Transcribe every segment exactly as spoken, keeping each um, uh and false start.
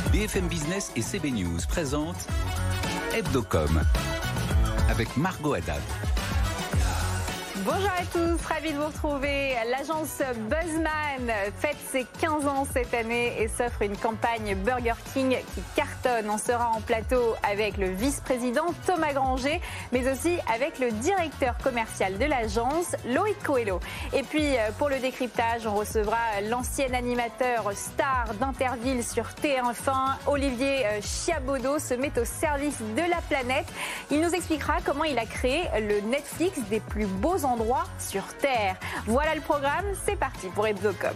B F M Business et C B News présentent Hebdocom avec Margot Haddad. Bonjour à tous, ravi de vous retrouver. L'agence Buzzman fête ses quinze ans cette année et s'offre une campagne Burger King qui cartonne. On sera en plateau avec le vice-président Thomas Granger, mais aussi avec le directeur commercial de l'agence, Loïc Coelho. Et puis pour le décryptage, on recevra l'ancien animateur star d'Interville sur T F un, Olivier Chiabodo, se met au service de la planète. Il nous expliquera comment il a créé le Netflix des plus beaux endroits sur Terre. Voilà le programme, c'est parti pour Hebdocom.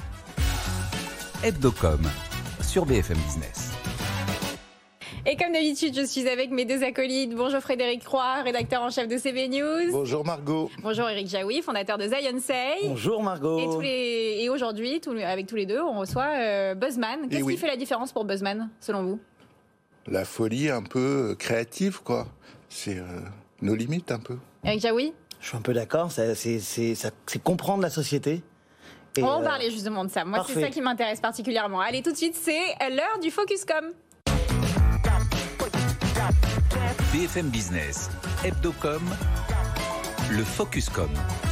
Hebdocom sur B F M Business. Et comme d'habitude, je suis avec mes deux acolytes. Bonjour Frédéric Croix, rédacteur en chef de C B News. Bonjour Margot. Bonjour Eric Jaoui, fondateur de Zion Say. Bonjour Margot. Et, tous les... Et aujourd'hui, tous les... avec tous les deux, on reçoit euh, Buzzman. Qu'est-ce oui. qui fait la différence pour Buzzman, selon vous? La folie un peu créative, quoi. C'est euh, nos limites un peu. Eric Jaoui? Je suis un peu d'accord, c'est, c'est, c'est, c'est comprendre la société. Et on va euh... parler justement de ça. Moi, Parfait. C'est ça qui m'intéresse particulièrement. Allez, tout de suite, c'est l'heure du Focuscom. B F M Business, Hebdocom, le Focuscom.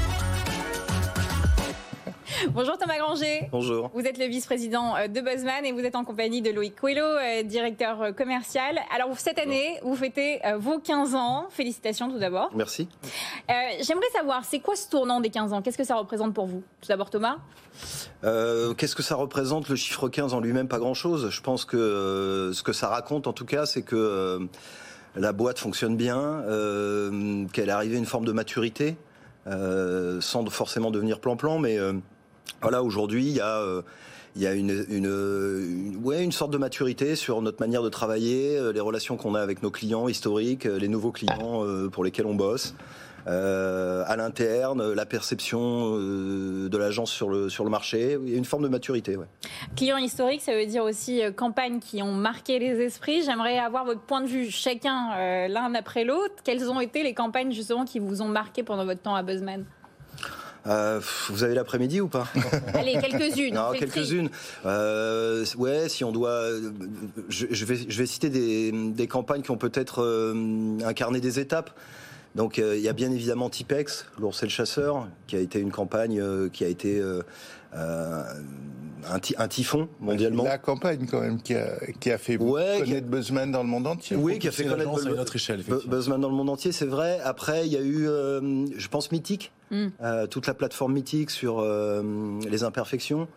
Bonjour Thomas Granger. Bonjour. Vous êtes le vice-président de Buzzman et vous êtes en compagnie de Loïc Coelho, directeur commercial. Alors cette année, vous fêtez vos quinze ans. Félicitations tout d'abord. Merci. Euh, j'aimerais savoir, c'est quoi ce tournant des quinze ans? Qu'est-ce que ça représente pour vous? Tout d'abord Thomas. Euh, qu'est-ce que ça représente? Le chiffre quinze en lui-même, pas grand-chose. Je pense que euh, ce que ça raconte en tout cas, c'est que euh, la boîte fonctionne bien, euh, qu'elle est arrivée à une forme de maturité, euh, sans forcément devenir plan-plan, mais... Euh, Voilà, aujourd'hui, il y a, euh, il y a une, une, une, ouais, une sorte de maturité sur notre manière de travailler, euh, les relations qu'on a avec nos clients historiques, euh, les nouveaux clients euh, pour lesquels on bosse, euh, à l'interne, la perception euh, de l'agence sur le, sur le marché. Il y a une forme de maturité. Ouais. Clients historiques, ça veut dire aussi euh, campagnes qui ont marqué les esprits. J'aimerais avoir votre point de vue chacun, euh, l'un après l'autre. Quelles ont été les campagnes justement qui vous ont marqué pendant votre temps à Buzzman? Euh, vous avez l'après-midi ou pas? Allez, quelques-unes. Non, quelques-unes. Euh, ouais, si on doit, je, je vais, je vais citer des, des campagnes qui ont peut-être euh, incarné des étapes. Donc, euh, il y a bien évidemment Tipex, l'ours et le chasseur, qui a été une campagne euh, qui a été euh, euh, un, un typhon mondialement. La campagne quand même qui a, qui a fait ouais, connaître Buzzman dans le monde entier. Oui, qui a fait connaître à une autre échelle, Buzzman dans le monde entier, c'est vrai. Après, il y a eu, euh, je pense, Mythique, mm. euh, toute la plateforme Mythique sur euh, les imperfections.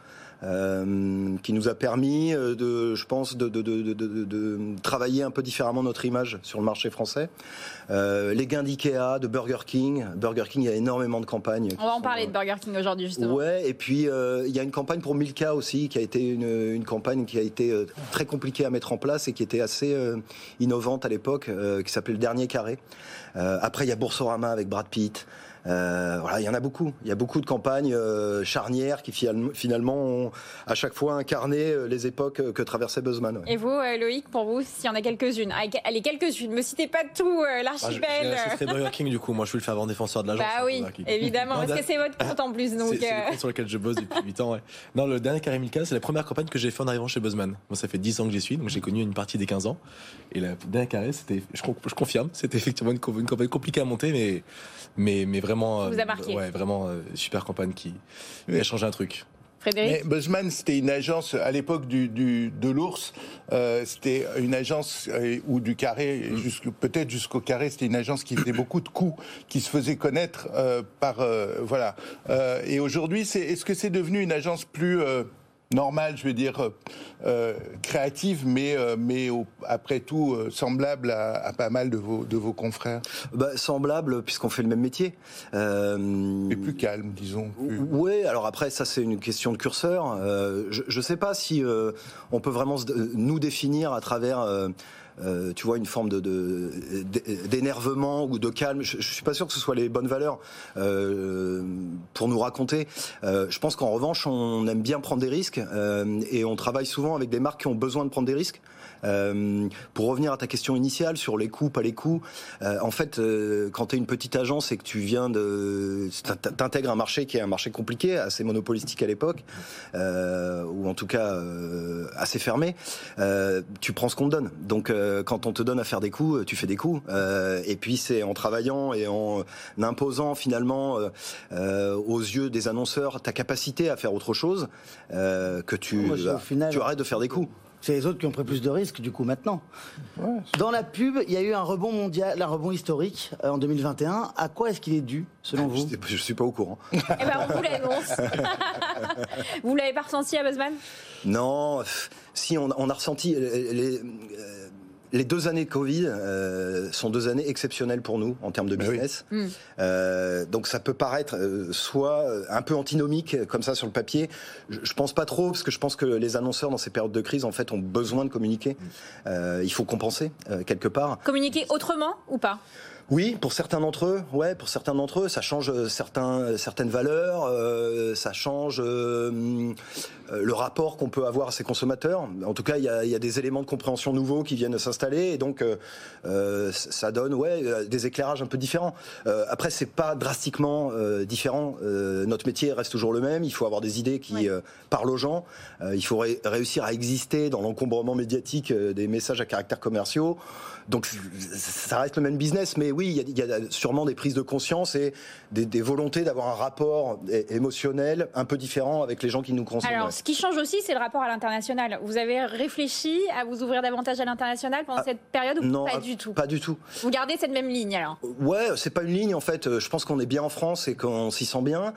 Euh, qui nous a permis de, je pense, de, de, de, de, de, de travailler un peu différemment notre image sur le marché français. Euh, les gains d'Ikea, de Burger King. Burger King, il y a énormément de campagnes. On va en sont, parler de Burger King aujourd'hui, justement. Ouais, et puis euh, il y a une campagne pour Milka aussi, qui a été une, une campagne qui a été euh, très compliquée à mettre en place et qui était assez euh, innovante à l'époque, euh, qui s'appelait Le Dernier Carré. Euh, après, il y a Boursorama avec Brad Pitt. Euh, voilà, il y en a beaucoup. Il y a beaucoup de campagnes euh, charnières qui finalement ont à chaque fois incarné les époques que traversait Buzzman. Ouais. Et vous, euh, Loïc, pour vous, s'il y en a quelques-unes, allez, quelques-unes, ne me citez pas tout euh, l'archipel. Ah, je, je Burger King du coup, moi je suis le fervent défenseur de l'agence. Bah oui, évidemment, non, parce que c'est votre compte en plus. Donc, c'est, c'est euh... le compte sur lequel je bosse depuis huit ans. Ouais. Non, le dernier Carré Milka, c'est la première campagne que j'ai fait en arrivant chez Buzzman. Moi, ça fait dix ans que j'y suis, donc j'ai connu une partie des quinze ans. Et la dernière Carré, c'était, je, je confirme, c'était effectivement une, une campagne compliquée à monter, mais, mais, mais vraiment. Ça vous a marqué. Ouais, vraiment euh, super campagne qui, qui a changé un truc. Frédéric. Mais Buzzman, c'était une agence à l'époque du, du de l'ours. Euh, c'était une agence euh, ou du carré, jusqu', peut-être jusqu'au carré. C'était une agence qui faisait beaucoup de coups, qui se faisait connaître euh, par euh, voilà. Euh, et aujourd'hui, c'est, est-ce que c'est devenu une agence plus euh, normale, je veux dire euh, créative, mais euh, mais au, après tout euh, semblable à, à pas mal de vos de vos confrères. Bah, semblable puisqu'on fait le même métier. Euh... Mais plus calme, disons. Plus... Oui, alors après ça c'est une question de curseur. Euh, je ne sais pas si euh, on peut vraiment se, nous définir à travers. Euh, euh, tu vois, une forme de, de, d'énervement ou de calme. Je, je suis pas sûr que ce soit les bonnes valeurs euh, pour nous raconter. Euh, je pense qu'en revanche, on aime bien prendre des risques euh, et on travaille souvent avec des marques qui ont besoin de prendre des risques. Euh, pour revenir à ta question initiale sur les coûts, pas les coûts, euh, en fait, euh, quand tu es une petite agence et que tu viens de t'intègres un marché qui est un marché compliqué, assez monopolistique à l'époque, euh, ou en tout cas euh, assez fermé, euh, tu prends ce qu'on te donne. Donc, euh, quand on te donne à faire des coups, tu fais des coups. Euh, et puis, c'est en travaillant et en imposant finalement euh, euh, aux yeux des annonceurs ta capacité à faire autre chose euh, que tu, Moi, bah, final, tu arrêtes de faire des coups. C'est les autres qui ont pris plus de risques, du coup, maintenant. Ouais. Dans la pub, il y a eu un rebond mondial, un rebond historique euh, en deux mille vingt et un. À quoi est-ce qu'il est dû, selon vous ? Je ne suis pas au courant. Eh ben, on vous l'annonce. Vous l'avez pas ressenti à Buzzman ? Non, si on, on a ressenti les, les, les deux années de Covid euh, sont deux années exceptionnelles pour nous en termes de business. Oui. Mm. Euh, donc ça peut paraître euh, soit un peu antinomique comme ça sur le papier. Je, je pense pas trop parce que je pense que les annonceurs dans ces périodes de crise en fait ont besoin de communiquer. Euh, il faut compenser euh, quelque part. Communiquer autrement ou pas ? Oui, pour certains d'entre eux, ouais, pour certains d'entre eux, ça change certains, certaines valeurs, euh, ça change euh, le rapport qu'on peut avoir à ses consommateurs. En tout cas, il y a, il y a des éléments de compréhension nouveaux qui viennent s'installer, et donc euh, ça donne, ouais, des éclairages un peu différents. Euh, après, c'est pas drastiquement euh, différent. Euh, notre métier reste toujours le même. Il faut avoir des idées qui ouais. euh, parlent aux gens. Euh, il faut ré- réussir à exister dans l'encombrement médiatique euh, des messages à caractère commerciaux. Donc ça reste le même business, mais oui, il y, y a sûrement des prises de conscience et des, des volontés d'avoir un rapport émotionnel un peu différent avec les gens qui nous consomment. Alors, ce qui change aussi, c'est le rapport à l'international. Vous avez réfléchi à vous ouvrir davantage à l'international pendant ah, cette période ou non, pas du tout ? Pas du tout. Vous gardez cette même ligne alors ? Ouais, c'est pas une ligne en fait. Je pense qu'on est bien en France et qu'on s'y sent bien.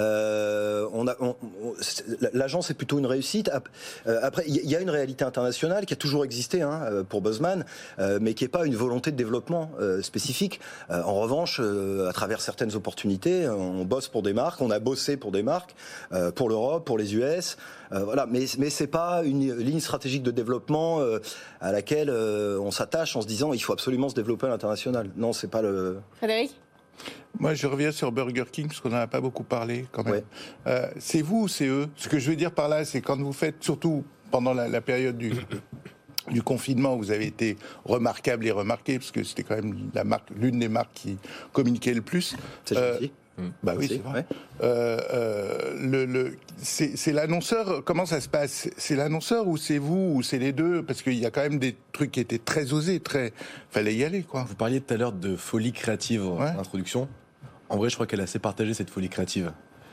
Euh, on a, on, on, l'agence est plutôt une réussite. Après, il y a une réalité internationale qui a toujours existé hein, pour Buzzman, mais qui n'est pas une volonté de développement euh, spécifique. Euh, en revanche, euh, à travers certaines opportunités, on bosse pour des marques, on a bossé pour des marques, euh, pour l'Europe, pour les U S. Euh, voilà, mais mais c'est pas une ligne stratégique de développement euh, à laquelle euh, on s'attache en se disant il faut absolument se développer à l'international. Non, c'est pas le. Frédéric ? Moi, je reviens sur Burger King, parce qu'on n'en a pas beaucoup parlé, quand même. Ouais. Euh, c'est vous ou c'est eux ? Ce que je veux dire par là, c'est quand vous faites, surtout pendant la, la période du... du confinement, vous avez été remarquable et remarqué, parce que c'était quand même la marque, l'une des marques qui communiquait le plus. C'est gentil. Euh, bah oui, c'est vrai. Ouais. Euh, euh, le, le, c'est, c'est l'annonceur, comment ça se passe ? C'est l'annonceur ou c'est vous ou c'est les deux ? Parce qu'il y a quand même des trucs qui étaient très osés, très... Fallait y aller, quoi. Vous parliez tout à l'heure de folie créative en ouais. introduction. En vrai, je crois qu'elle a assez partagé cette folie créative.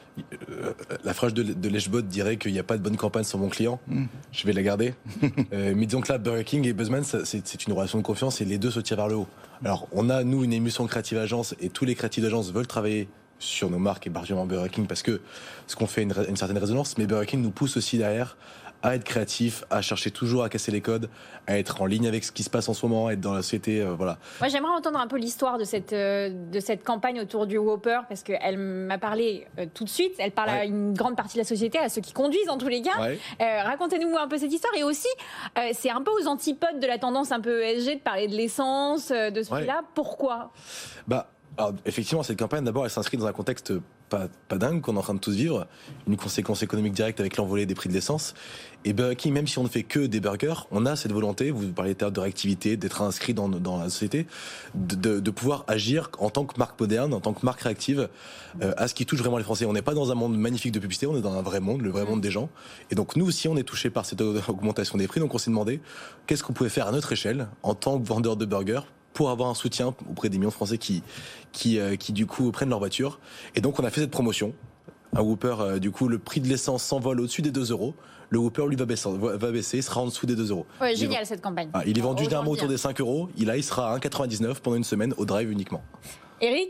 La phrase de, de Lechbot dirait qu'il n'y a pas de bonne campagne sur mon client. Mm. Je vais la garder. euh, mais disons que là, Burger King et Buzzman, ça, c'est, c'est une relation de confiance et les deux se tirent vers le haut. Alors, on a, nous, une émulsion créative agence et tous les créatifs d'agences veulent travailler sur nos marques et particulièrement Burger King parce que ce qu'on fait une, une certaine résonance, mais Burger King nous pousse aussi derrière à être créatif, à chercher toujours à casser les codes, à être en ligne avec ce qui se passe en ce moment, à être dans la société, euh, voilà. Moi, j'aimerais entendre un peu l'histoire de cette, euh, de cette campagne autour du Whopper, parce qu'elle m'a parlé euh, tout de suite, elle parle ouais. à une grande partie de la société, à ceux qui conduisent en tous les cas. Ouais. Euh, racontez-nous un peu cette histoire, et aussi, euh, c'est un peu aux antipodes de la tendance un peu E S G de parler de l'essence, euh, de ce ouais. là Pourquoi ? Bah, alors, effectivement, cette campagne, d'abord, elle s'inscrit dans un contexte pas, pas dingue qu'on est en train de tous vivre, une conséquence économique directe avec l'envolée des prix de l'essence. Et Burger King, même si on ne fait que des burgers, on a cette volonté, vous parlez de réactivité, d'être inscrit dans, dans la société, de, de, de pouvoir agir en tant que marque moderne, en tant que marque réactive, euh, à ce qui touche vraiment les Français. On n'est pas dans un monde magnifique de publicité, on est dans un vrai monde, le vrai monde des gens. Et donc nous aussi, on est touché par cette augmentation des prix. Donc on s'est demandé, qu'est-ce qu'on pouvait faire à notre échelle, en tant que vendeur de burgers, pour avoir un soutien auprès des millions de Français qui, qui, euh, qui du coup prennent leur voiture. Et donc on a fait cette promotion. Un Whopper, euh, du coup, le prix de l'essence s'envole au-dessus des deux euros. Le Whopper, lui, va baisser, va baisser, sera en dessous des deux euros. Ouais, génial est... cette campagne. Ah, il est vendu généralement autour des cinq euros. Il, là, il sera à un euro quatre-vingt-dix-neuf pendant une semaine au drive uniquement. Eric ?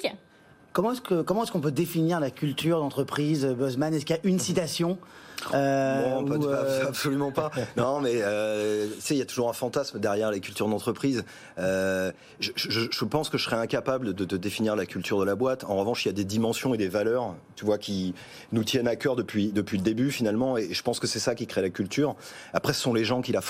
Comment est-ce que comment est-ce qu'on peut définir la culture d'entreprise Buzzman ? Est-ce qu'il y a une citation euh, bon, pas, euh... absolument pas. Non, mais euh, tu sais, il y a toujours un fantasme derrière les cultures d'entreprise. Euh, je, je, je pense que je serais incapable de, de définir la culture de la boîte. En revanche, il y a des dimensions et des valeurs, tu vois, qui nous tiennent à cœur depuis depuis le début finalement. Et je pense que c'est ça qui crée la culture. Après, ce sont les gens qui la font. Hein.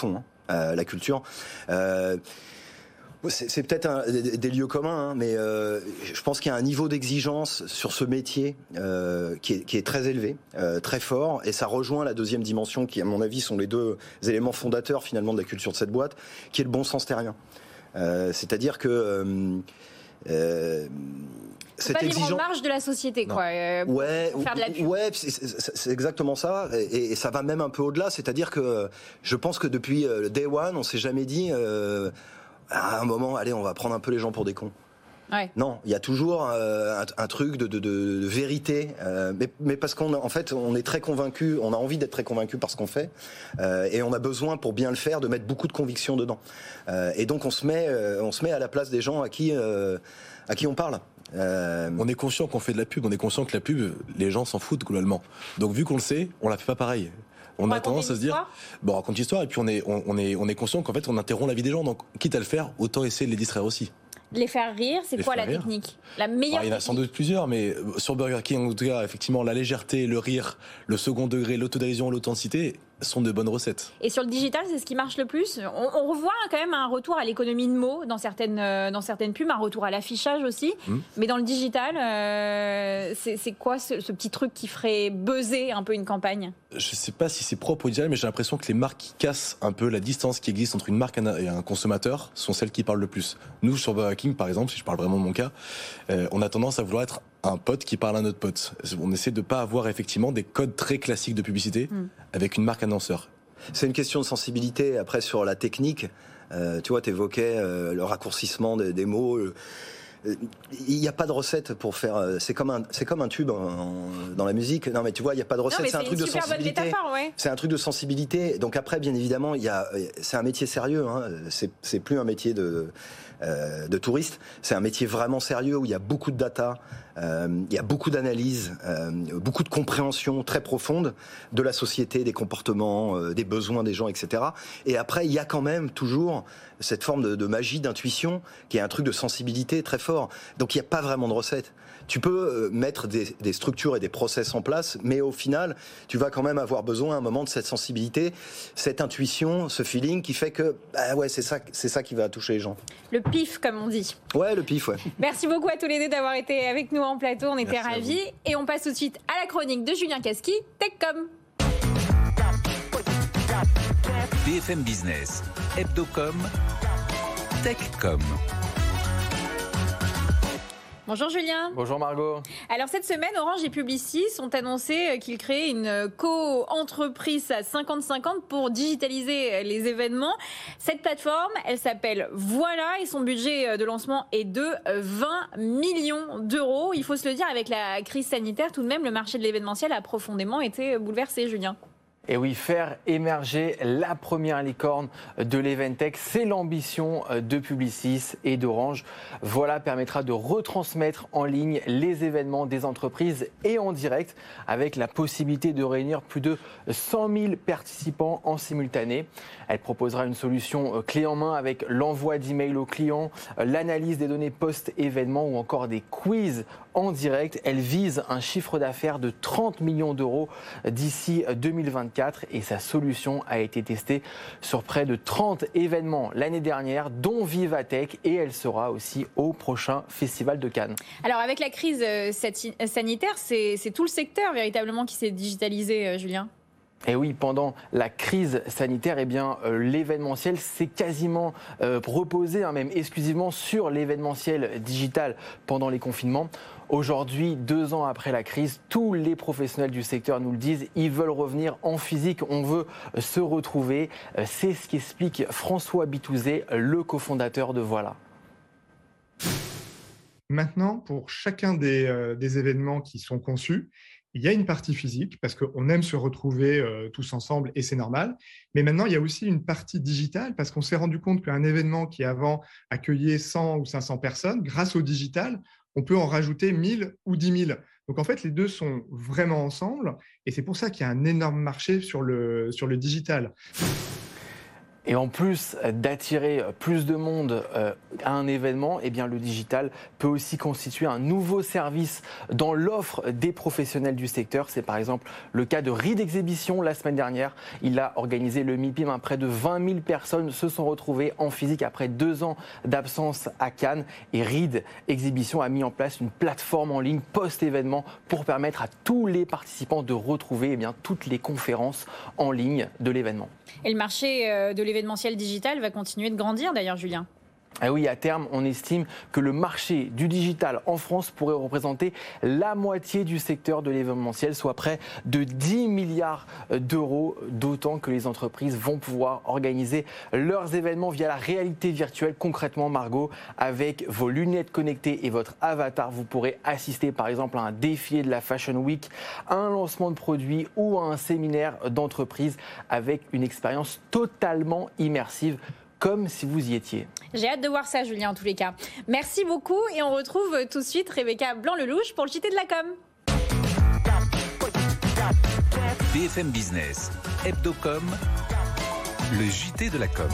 euh, la culture. Euh, C'est, c'est peut-être un, des, des lieux communs, hein, mais euh, je pense qu'il y a un niveau d'exigence sur ce métier euh, qui, est, qui est très élevé, euh, très fort, et ça rejoint la deuxième dimension qui, à mon avis, sont les deux éléments fondateurs finalement de la culture de cette boîte, qui est le bon sens terrien. Euh, c'est-à-dire que euh, euh, c'est pas vivre en marge de la société, quoi. Euh, ouais, pour faire de la pub. Ouais, c'est, c'est, c'est exactement ça, et, et ça va même un peu au-delà. C'est-à-dire que je pense que depuis Day One, on s'est jamais dit. Euh, À un moment, allez, on va prendre un peu les gens pour des cons. Ouais. Non, il y a toujours euh, un, un truc de, de, de, de vérité, euh, mais, mais parce qu'en en fait, on est très convaincu, on a envie d'être très convaincu par ce qu'on fait, euh, et on a besoin, pour bien le faire, de mettre beaucoup de conviction dedans. Euh, et donc, on se met, euh, on se met à la place des gens à qui, euh, à qui on parle. Euh... On est conscient qu'on fait de la pub, on est conscient que la pub, les gens s'en foutent globalement. Donc, vu qu'on le sait, on la fait pas pareil. On, on a tendance à se dire, bon, on raconte l'histoire, et puis on est, on, on est, on est conscient qu'en fait, on interrompt la vie des gens. Donc, quitte à le faire, autant essayer de les distraire aussi. Les faire rire, c'est les quoi la rire. technique? La meilleure Alors, il y en a sans doute plusieurs, mais sur Burger King, en tout cas, effectivement, la légèreté, le rire, le second degré, l'autodérision, l'authenticité sont de bonnes recettes. Et sur le digital, c'est ce qui marche le plus. On, on revoit quand même un retour à l'économie de mots dans certaines, euh, dans certaines pubs, un retour à l'affichage aussi. Mmh. Mais dans le digital, euh, c'est, c'est quoi ce, ce petit truc qui ferait buzzer un peu une campagne? Je ne sais pas si c'est propre au digital, mais j'ai l'impression que les marques qui cassent un peu la distance qui existe entre une marque et un consommateur sont celles qui parlent le plus. Nous, sur Burger King, par exemple, si je parle vraiment de mon cas, euh, on a tendance à vouloir être un pote qui parle à un autre pote. On essaie de ne pas avoir effectivement des codes très classiques de publicité mmh. avec une marque annonceur. C'est une question de sensibilité. Après, sur la technique, euh, tu vois, tu évoquais euh, le raccourcissement des, des mots. Euh, il n'y a pas de recette pour faire. C'est comme un, c'est comme un tube en, en, dans la musique. Non, mais tu vois, il n'y a pas de recette. Non, c'est un truc de sensibilité. Métaphore, ouais. C'est un truc de sensibilité. Donc après, bien évidemment, il y a. C'est un métier sérieux. Hein. C'est, c'est plus un métier de. Euh, de touristes, c'est un métier vraiment sérieux où il y a beaucoup de data, euh, il y a beaucoup d'analyse, euh, beaucoup de compréhension très profonde de la société, des comportements, euh, des besoins des gens, et cetera. Et après, il y a quand même toujours cette forme de, de magie, d'intuition, qui est un truc de sensibilité très fort. Donc il n'y a pas vraiment de recette. Tu peux mettre des, des structures et des process en place, mais au final, tu vas quand même avoir besoin à un moment de cette sensibilité, cette intuition, ce feeling qui fait que, bah ouais, c'est ça, c'est ça qui va toucher les gens. Le pif, comme on dit. Ouais, le pif, ouais. Merci beaucoup à tous les deux d'avoir été avec nous en plateau, on était Merci ravis. Et on passe tout de suite à la chronique de Julien Casqui, TechCom. B F M Business, Hebdocom, TechCom. Bonjour Julien. Bonjour Margot. Alors cette semaine, Orange et Publicis ont annoncé qu'ils créaient une co-entreprise à cinquante cinquante pour digitaliser les événements. Cette plateforme, elle s'appelle Voilà et son budget de lancement est de vingt millions d'euros. Il faut se le dire, avec la crise sanitaire, tout de même, le marché de l'événementiel a profondément été bouleversé, Julien. Et oui, faire émerger la première licorne de l'Eventech, c'est l'ambition de Publicis et d'Orange. Voilà permettra de retransmettre en ligne les événements des entreprises et en direct, avec la possibilité de réunir plus de cent mille participants en simultané. Elle proposera une solution clé en main avec l'envoi d'emails aux clients, l'analyse des données post-événement ou encore des quiz en direct. Elle vise un chiffre d'affaires de trente millions d'euros d'ici deux mille vingt-quatre et sa solution a été testée sur près de trente événements l'année dernière, dont Vivatech, et elle sera aussi au prochain Festival de Cannes. Alors avec la crise sanitaire, c'est, c'est tout le secteur véritablement qui s'est digitalisé, Julien ? Et oui, pendant la crise sanitaire, eh bien, euh, l'événementiel s'est quasiment euh, reposé, hein, même exclusivement sur l'événementiel digital pendant les confinements. Aujourd'hui, deux ans après la crise, tous les professionnels du secteur nous le disent, ils veulent revenir en physique, on veut euh, se retrouver. Euh, c'est ce qu'explique François Bitouzé, le cofondateur de Voilà. Maintenant, pour chacun des, euh, des événements qui sont conçus, il y a une partie physique parce qu'on aime se retrouver euh, tous ensemble et c'est normal. Mais maintenant, il y a aussi une partie digitale parce qu'on s'est rendu compte qu'un événement qui avant accueillait cent ou cinq cents personnes, grâce au digital, on peut en rajouter mille ou dix mille. Donc en fait, les deux sont vraiment ensemble et c'est pour ça qu'il y a un énorme marché sur le, sur le digital. Et en plus d'attirer plus de monde à un événement, eh bien le digital peut aussi constituer un nouveau service dans l'offre des professionnels du secteur. C'est par exemple le cas de Reed Exhibition la semaine dernière. Il a organisé le MIPIM. Près de vingt mille personnes se sont retrouvées en physique après deux ans d'absence à Cannes. Et Reed Exhibition a mis en place une plateforme en ligne post-événement pour permettre à tous les participants de retrouver eh bien, toutes les conférences en ligne de l'événement. Et le marché de l'événementiel digital va continuer de grandir d'ailleurs, Julien. Ah oui, à terme, on estime que le marché du digital en France pourrait représenter la moitié du secteur de l'événementiel, soit près de dix milliards d'euros, d'autant que les entreprises vont pouvoir organiser leurs événements via la réalité virtuelle. Concrètement, Margot, avec vos lunettes connectées et votre avatar, vous pourrez assister par exemple à un défilé de la Fashion Week, à un lancement de produits ou à un séminaire d'entreprise avec une expérience totalement immersive, comme si vous y étiez. J'ai hâte de voir ça, Julien, en tous les cas. Merci beaucoup et on retrouve tout de suite Rebecca Blanc-Lelouch pour le J T de la com. B F M Business, Hebdocom, le J T de la com.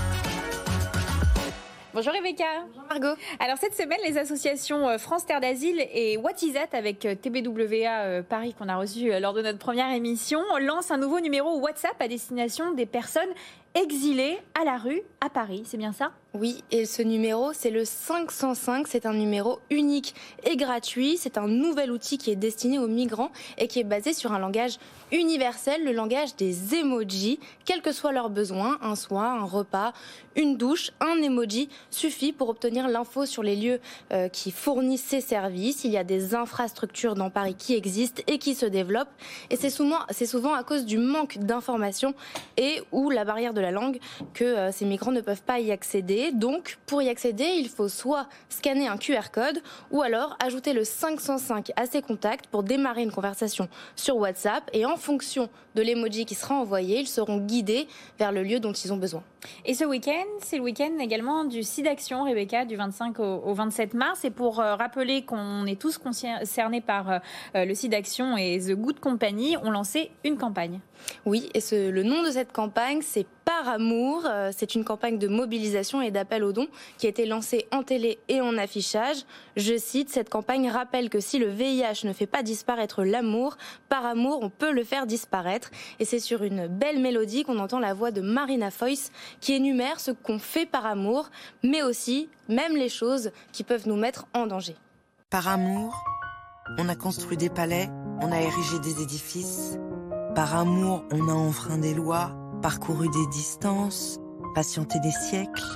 Bonjour Rebecca. Bonjour Margot. Alors cette semaine, les associations France Terre d'Asile et What Is That avec T B W A Paris qu'on a reçu lors de notre première émission lancent un nouveau numéro WhatsApp à destination des personnes exilées à la rue à Paris. C'est bien ça ? Oui, et ce numéro, c'est le cinq cent cinq. C'est un numéro unique et gratuit. C'est un nouvel outil qui est destiné aux migrants et qui est basé sur un langage universel, le langage des emojis. Quels que soient leurs besoins, un soin, un repas, une douche, un emoji suffit pour obtenir l'info sur les lieux euh, qui fournissent ces services. Il y a des infrastructures dans Paris qui existent et qui se développent. Et c'est souvent, c'est souvent à cause du manque d'informations et ou la barrière de la langue que euh, ces migrants ne peuvent pas y accéder. Donc, pour y accéder, il faut soit scanner un Q R code ou alors ajouter le cinq cent cinq à ses contacts pour démarrer une conversation sur WhatsApp. Et en fonction de l'emoji qui sera envoyé, ils seront guidés vers le lieu dont ils ont besoin. Et ce week-end, c'est le week-end également du SIDAction, Rebecca, du vingt-cinq au vingt-sept mars. Et pour euh, rappeler qu'on est tous concernés par euh, le SIDAction et The Good Company, ont lancé une campagne. Oui, et ce, le nom de cette campagne, c'est Par Amour. Euh, c'est une campagne de mobilisation et d'appel aux dons qui a été lancée en télé et en affichage. Je cite, cette campagne rappelle que si le V I H ne fait pas disparaître l'amour, par amour, on peut le faire disparaître. Et c'est sur une belle mélodie qu'on entend la voix de Marina Foïs qui énumère ce qu'on fait par amour, mais aussi même les choses qui peuvent nous mettre en danger. Par amour, on a construit des palais, on a érigé des édifices. Par amour, on a enfreint des lois, parcouru des distances, patienté des siècles.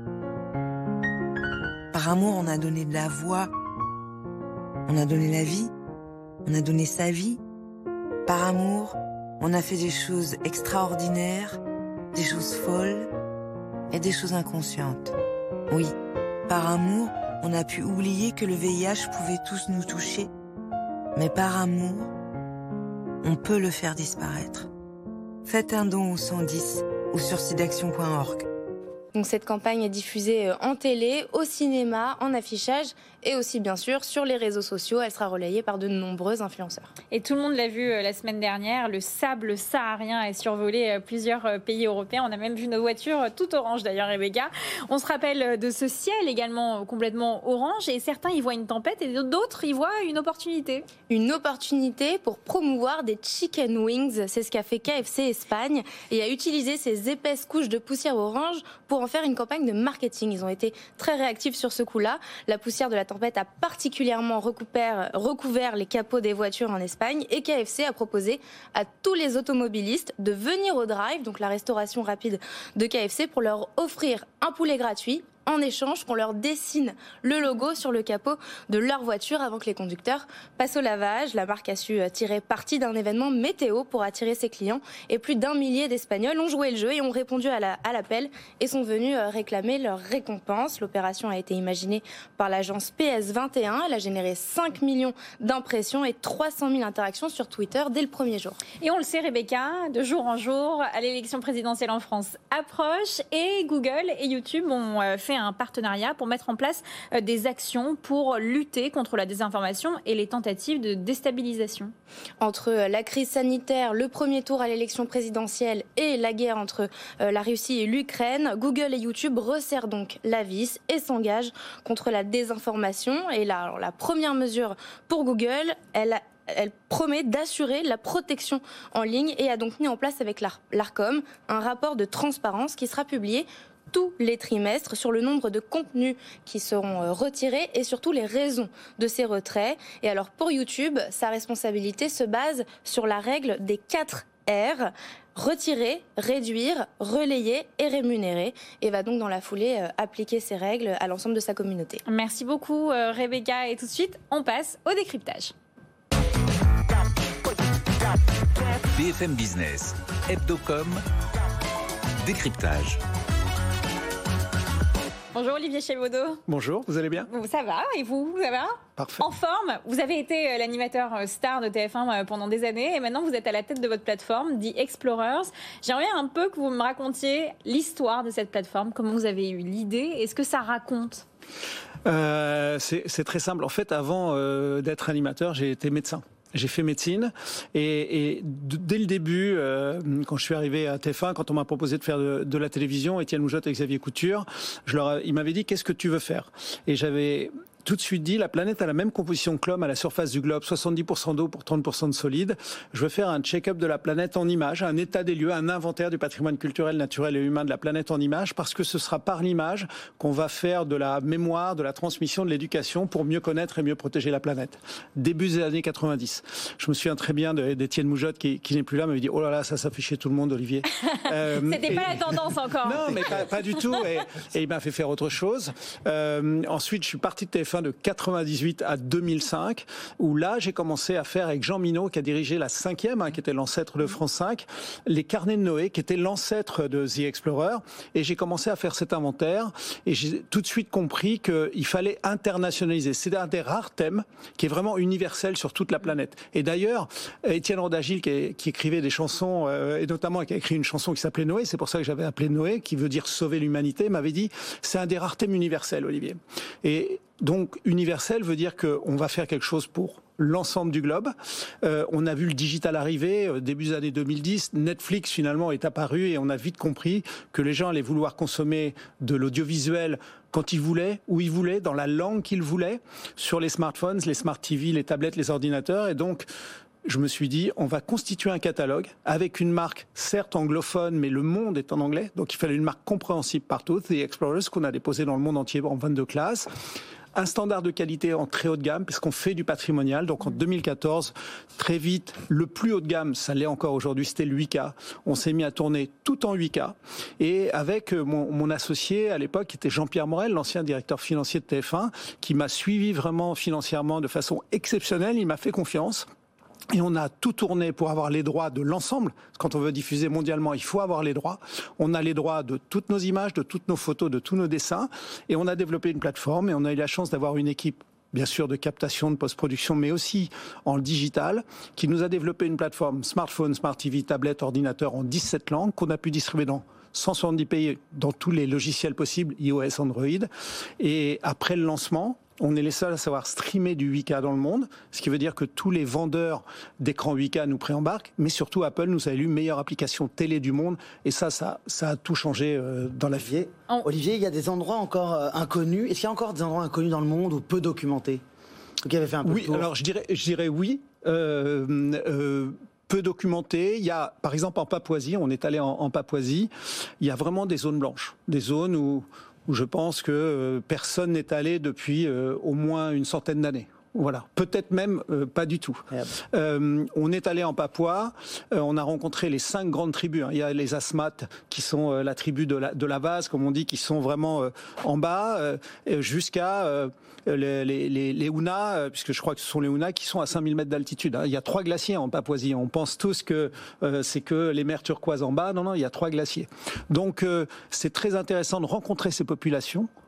Par amour, on a donné de la voix, on a donné la vie, on a donné sa vie. Par amour, on a fait des choses extraordinaires, des choses folles et des choses inconscientes. Oui, par amour, on a pu oublier que le V I H pouvait tous nous toucher. Mais par amour, on peut le faire disparaître. Faites un don au cent dix ou sur sidaction point org. Donc cette campagne est diffusée en télé, au cinéma, en affichage et aussi bien sûr sur les réseaux sociaux. Elle sera relayée par de nombreux influenceurs. Et tout le monde l'a vu la semaine dernière, le sable saharien a survolé plusieurs pays européens. On a même vu nos voitures tout orange d'ailleurs, Rebecca. On se rappelle de ce ciel également complètement orange et certains y voient une tempête et d'autres y voient une opportunité. Une opportunité pour promouvoir des chicken wings. C'est ce qu'a fait K F C Espagne et a utilisé ces épaisses couches de poussière orange pour en faire une campagne de marketing. Ils ont été très réactifs sur ce coup-là. La poussière de la tempête a particulièrement recouvert, recouvert les capots des voitures en Espagne et K F C a proposé à tous les automobilistes de venir au drive, donc la restauration rapide de K F C, pour leur offrir un poulet gratuit en échange qu'on leur dessine le logo sur le capot de leur voiture avant que les conducteurs passent au lavage. La marque a su tirer parti d'un événement météo pour attirer ses clients et plus d'un millier d'Espagnols ont joué le jeu et ont répondu à, la, à l'appel et sont venus réclamer leur récompense. L'opération a été imaginée par l'agence P S vingt et un. Elle a généré cinq millions d'impressions et trois cent mille interactions sur Twitter dès le premier jour. Et on le sait, Rebecca, de jour en jour, l'élection présidentielle en France approche et Google et YouTube ont fait fait un partenariat pour mettre en place des actions pour lutter contre la désinformation et les tentatives de déstabilisation. Entre la crise sanitaire, le premier tour à l'élection présidentielle et la guerre entre la Russie et l'Ukraine, Google et YouTube resserrent donc la vis et s'engagent contre la désinformation. Et là, alors, la première mesure pour Google, elle Elle promet d'assurer la protection en ligne et a donc mis en place avec l'Arcom un rapport de transparence qui sera publié tous les trimestres sur le nombre de contenus qui seront retirés et surtout les raisons de ces retraits. Et alors pour YouTube, sa responsabilité se base sur la règle des quatre R. Retirer, réduire, relayer et rémunérer, et va donc dans la foulée euh, appliquer ces règles à l'ensemble de sa communauté. Merci beaucoup euh, Rebecca, et tout de suite on passe au décryptage. B F M Business, Hebdocom, décryptage. Bonjour Olivier Chévaudot. Bonjour, vous allez bien? Ça va, et vous, ça va? Parfait. En forme. Vous avez été l'animateur star de T F un pendant des années et maintenant vous êtes à la tête de votre plateforme, The Explorers. J'aimerais un peu que vous me racontiez l'histoire de cette plateforme, comment vous avez eu l'idée et ce que ça raconte. Euh, c'est, c'est très simple. En fait, avant euh, d'être animateur, j'ai été médecin. J'ai fait médecine et, et dès le début, euh, quand je suis arrivé à T F un, quand on m'a proposé de faire de, de la télévision, Étienne Moujotte et Xavier Couture, je leur, ils m'avaient dit qu'est-ce que tu veux faire? Et j'avais tout de suite dit, la planète a la même composition que l'homme à la surface du globe, soixante-dix pour cent d'eau pour trente pour cent de solide. Je veux faire un check-up de la planète en images, un état des lieux, un inventaire du patrimoine culturel, naturel et humain de la planète en images, parce que ce sera par l'image qu'on va faire de la mémoire, de la transmission, de l'éducation pour mieux connaître et mieux protéger la planète. Début des années quatre-vingt-dix. Je me souviens très bien d'Étienne Moujotte qui, qui n'est plus là, m'avait dit, oh là là, ça, ça fait chier tout le monde, Olivier. euh, C'était et... pas la tendance encore. Non, mais pas, pas du tout. Et, et il m'a fait faire autre chose. Euh, ensuite, je suis parti de T F un de quatre-vingt-dix-huit à deux mille cinq, où là, j'ai commencé à faire avec Jean Minot, qui a dirigé la cinquième, hein, qui était l'ancêtre de France cinq, les Carnets de Noé, qui était l'ancêtre de The Explorer. Et j'ai commencé à faire cet inventaire. Et j'ai tout de suite compris qu'il fallait internationaliser. C'est un des rares thèmes qui est vraiment universel sur toute la planète. Et d'ailleurs, Étienne Rodagil, qui, est, qui écrivait des chansons, euh, et notamment qui a écrit une chanson qui s'appelait Noé, c'est pour ça que j'avais appelé Noé, qui veut dire sauver l'humanité, m'avait dit, c'est un des rares thèmes universels, Olivier. Et donc, universel veut dire qu'on va faire quelque chose pour l'ensemble du globe. Euh, on a vu le digital arriver, euh, début des années deux mille dix. Netflix, finalement, est apparu et on a vite compris que les gens allaient vouloir consommer de l'audiovisuel quand ils voulaient, où ils voulaient, dans la langue qu'ils voulaient, sur les smartphones, les smart T V, les tablettes, les ordinateurs. Et donc, je me suis dit, on va constituer un catalogue avec une marque, certes anglophone, mais le monde est en anglais. Donc, il fallait une marque compréhensible partout. The Explorers, qu'on a déposé dans le monde entier en vingt-deux classes. Un standard de qualité en très haut de gamme, puisqu'on fait du patrimonial. Donc en deux mille quatorze, très vite, le plus haut de gamme, ça l'est encore aujourd'hui, c'était le huit K. On s'est mis à tourner tout en huit K. Et avec mon, mon associé à l'époque, qui était Jean-Pierre Morel, l'ancien directeur financier de T F un, qui m'a suivi vraiment financièrement de façon exceptionnelle, il m'a fait confiance. Et on a tout tourné pour avoir les droits de l'ensemble. Quand on veut diffuser mondialement, il faut avoir les droits. On a les droits de toutes nos images, de toutes nos photos, de tous nos dessins. Et on a développé une plateforme et on a eu la chance d'avoir une équipe, bien sûr, de captation, de post-production, mais aussi en digital, qui nous a développé une plateforme smartphone, smart T V, tablette, ordinateur en dix-sept langues qu'on a pu distribuer dans cent soixante-dix pays, dans tous les logiciels possibles, iOS, Android. Et après le lancement, on est les seuls à savoir streamer du huit K dans le monde, ce qui veut dire que tous les vendeurs d'écrans huit K nous préembarquent, mais surtout Apple nous a élu meilleure application télé du monde, et ça, ça, ça a tout changé euh, dans la vie. Olivier, Olivier, il y a des endroits encore euh, inconnus. Est-ce qu'il y a encore des endroits inconnus dans le monde ou peu documentés? Qui avait fait un peu Oui, de tour. alors je dirais, je dirais oui. Euh, euh, peu documenté. Il y a, par exemple, en Papouasie, on est allé en, en Papouasie, il y a vraiment des zones blanches, des zones où où je pense que euh, personne n'est allé depuis euh, au moins une centaine d'années. Voilà, peut-être même euh, pas du tout. Euh, on est allé en Papouas, euh, on a rencontré les cinq grandes tribus. Hein. Il y a les Asmat qui sont euh, la tribu de la, de la vase, comme on dit, qui sont vraiment euh, en bas, euh, jusqu'à euh, les, les, les, les Huna, euh, puisque je crois que ce sont les Huna qui sont à cinq mille mètres d'altitude. Hein. Il y a trois glaciers en Papouasie. On pense tous que euh, c'est que les mers turquoises en bas. Non, non, il y a trois glaciers. Donc euh, c'est très intéressant de rencontrer ces populations,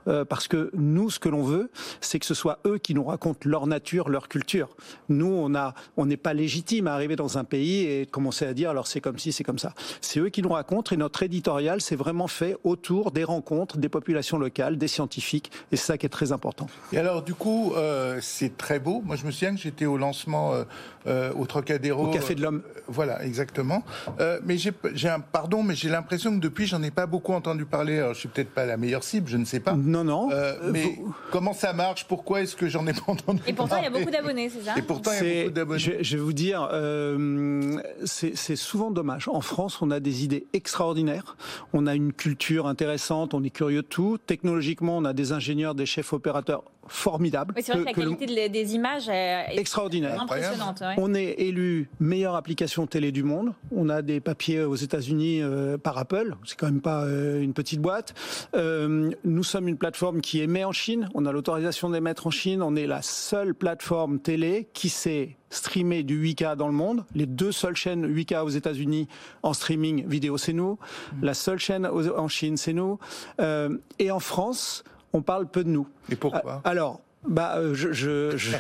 euh, parce que nous, ce que l'on veut, c'est que ce soit eux qui nous racontent leur nature, leur culture. Nous, on a, on n'est pas légitime à arriver dans un pays et commencer à dire alors c'est comme ci, c'est comme ça. C'est eux qui nous racontent et notre éditorial s'est vraiment fait autour des rencontres, des populations locales, des scientifiques et c'est ça qui est très important. Et alors du coup, euh, c'est très beau. Moi, je me souviens que j'étais au lancement euh, euh, au Trocadéro. Au Café de l'Homme. Euh, voilà, exactement. Euh, mais j'ai, j'ai un pardon, mais j'ai l'impression que depuis, j'en ai pas beaucoup entendu parler. Alors, je suis peut-être pas la meilleure cible, je ne sais pas. Non, non. Euh, mais Vous... comment ça marche? Pourquoi est-ce que j'en ai pas entendu Et pourtant, parler? il y a beaucoup d'abonnés, c'est ça? Et pourtant, il y a beaucoup d'abonnés. Je, je vais vous dire, euh, c'est, c'est souvent dommage. En France, on a des idées extraordinaires. On a une culture intéressante. On est curieux de tout. Technologiquement, on a des ingénieurs, des chefs opérateurs formidables. Oui, c'est vrai que, que la qualité le... des images est extraordinaire, impressionnante. Ouais. On est élu meilleure application télé du monde. On a des papiers aux États-Unis euh, par Apple. C'est quand même pas euh, une petite boîte. Euh, nous sommes une plateforme qui émet en Chine. On a l'autorisation d'émettre en Chine. On est la seule plateforme télé qui sait streamer du huit K dans le monde. Les deux seules chaînes huit K aux États-Unis en streaming vidéo, c'est nous. Mmh. La seule chaîne en Chine, c'est nous. Euh, et en France, on parle peu de nous. Et pourquoi? Alors, bah, je, je, je...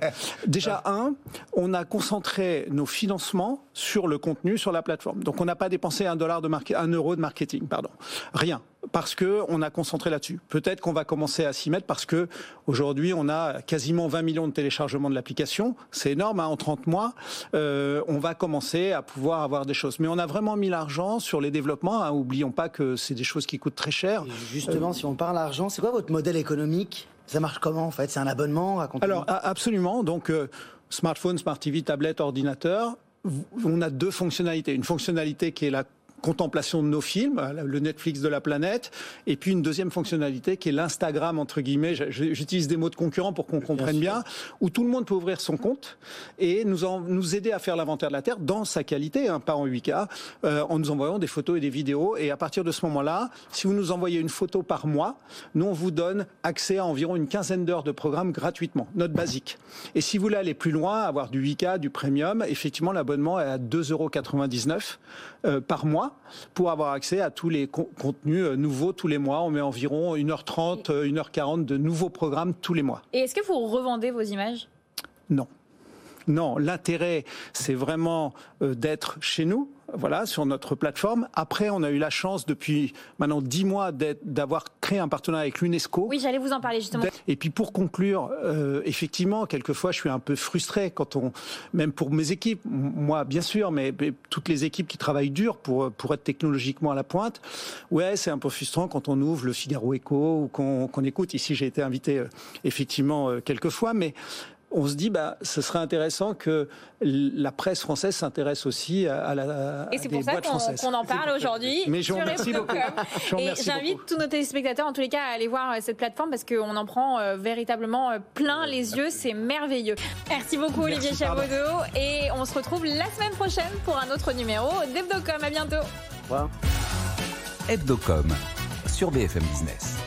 déjà un, on a concentré nos financements sur le contenu, sur la plateforme. Donc, on n'a pas dépensé un dollar de marque... un euro de marketing, pardon, rien, parce que on a concentré là-dessus. Peut-être qu'on va commencer à s'y mettre parce que aujourd'hui, on a quasiment vingt millions de téléchargements de l'application. C'est énorme, hein, en trente mois. Euh, on va commencer à pouvoir avoir des choses. Mais on a vraiment mis l'argent sur les développements. Hein. Oublions pas que c'est des choses qui coûtent très cher. Et justement, euh... si on parle argent, c'est quoi votre modèle économique? Ça marche comment en fait? C'est un abonnement? Racontez-nous. Alors absolument. Donc euh, smartphone, smart T V, tablette, ordinateur. On a deux fonctionnalités. Une fonctionnalité qui est la contemplation de nos films, le Netflix de la planète, et puis une deuxième fonctionnalité qui est l'Instagram, entre guillemets, j'utilise des mots de concurrents pour qu'on comprenne bien, bien, où tout le monde peut ouvrir son compte et nous, en, nous aider à faire l'inventaire de la Terre dans sa qualité, hein, pas en huit K, euh, en nous envoyant des photos et des vidéos. Et à partir de ce moment-là, si vous nous envoyez une photo par mois, nous on vous donne accès à environ une quinzaine d'heures de programme gratuitement, notre basique. Et si vous voulez aller plus loin, avoir du huit K, du premium, effectivement l'abonnement est à deux euros quatre-vingt-dix-neuf euh, par mois, pour avoir accès à tous les con- contenus euh, nouveaux tous les mois. On met environ une heure trente, euh, une heure quarante de nouveaux programmes tous les mois. Et est-ce que vous revendez vos images? Non. Non, l'intérêt, c'est vraiment euh, d'être chez nous, voilà, sur notre plateforme. Après, on a eu la chance depuis maintenant dix mois d'avoir créé un partenariat avec l'UNESCO. Oui, j'allais vous en parler justement. Et puis pour conclure, euh, effectivement, quelquefois, je suis un peu frustré quand on, même pour mes équipes, moi bien sûr, mais, mais toutes les équipes qui travaillent dur pour pour être technologiquement à la pointe. Ouais, c'est un peu frustrant quand on ouvre le Figaro Écho ou qu'on qu'on écoute. Ici, j'ai été invité euh, effectivement euh, quelques fois, mais on se dit, bah, ce serait intéressant que la presse française s'intéresse aussi à, à la Et c'est pour ça qu'on, qu'on en parle aujourd'hui. Mais je vous remercie beaucoup. Je vous Et remercie j'invite beaucoup. tous nos téléspectateurs, en tous les cas, à aller voir cette plateforme parce qu'on en prend euh, véritablement euh, plein les yeux. C'est merveilleux. Merci beaucoup, Olivier Merci, Chabaudot. Et on se retrouve la semaine prochaine pour un autre numéro d'Hebdocom. À bientôt. Wow. Hebdocom sur B F M Business.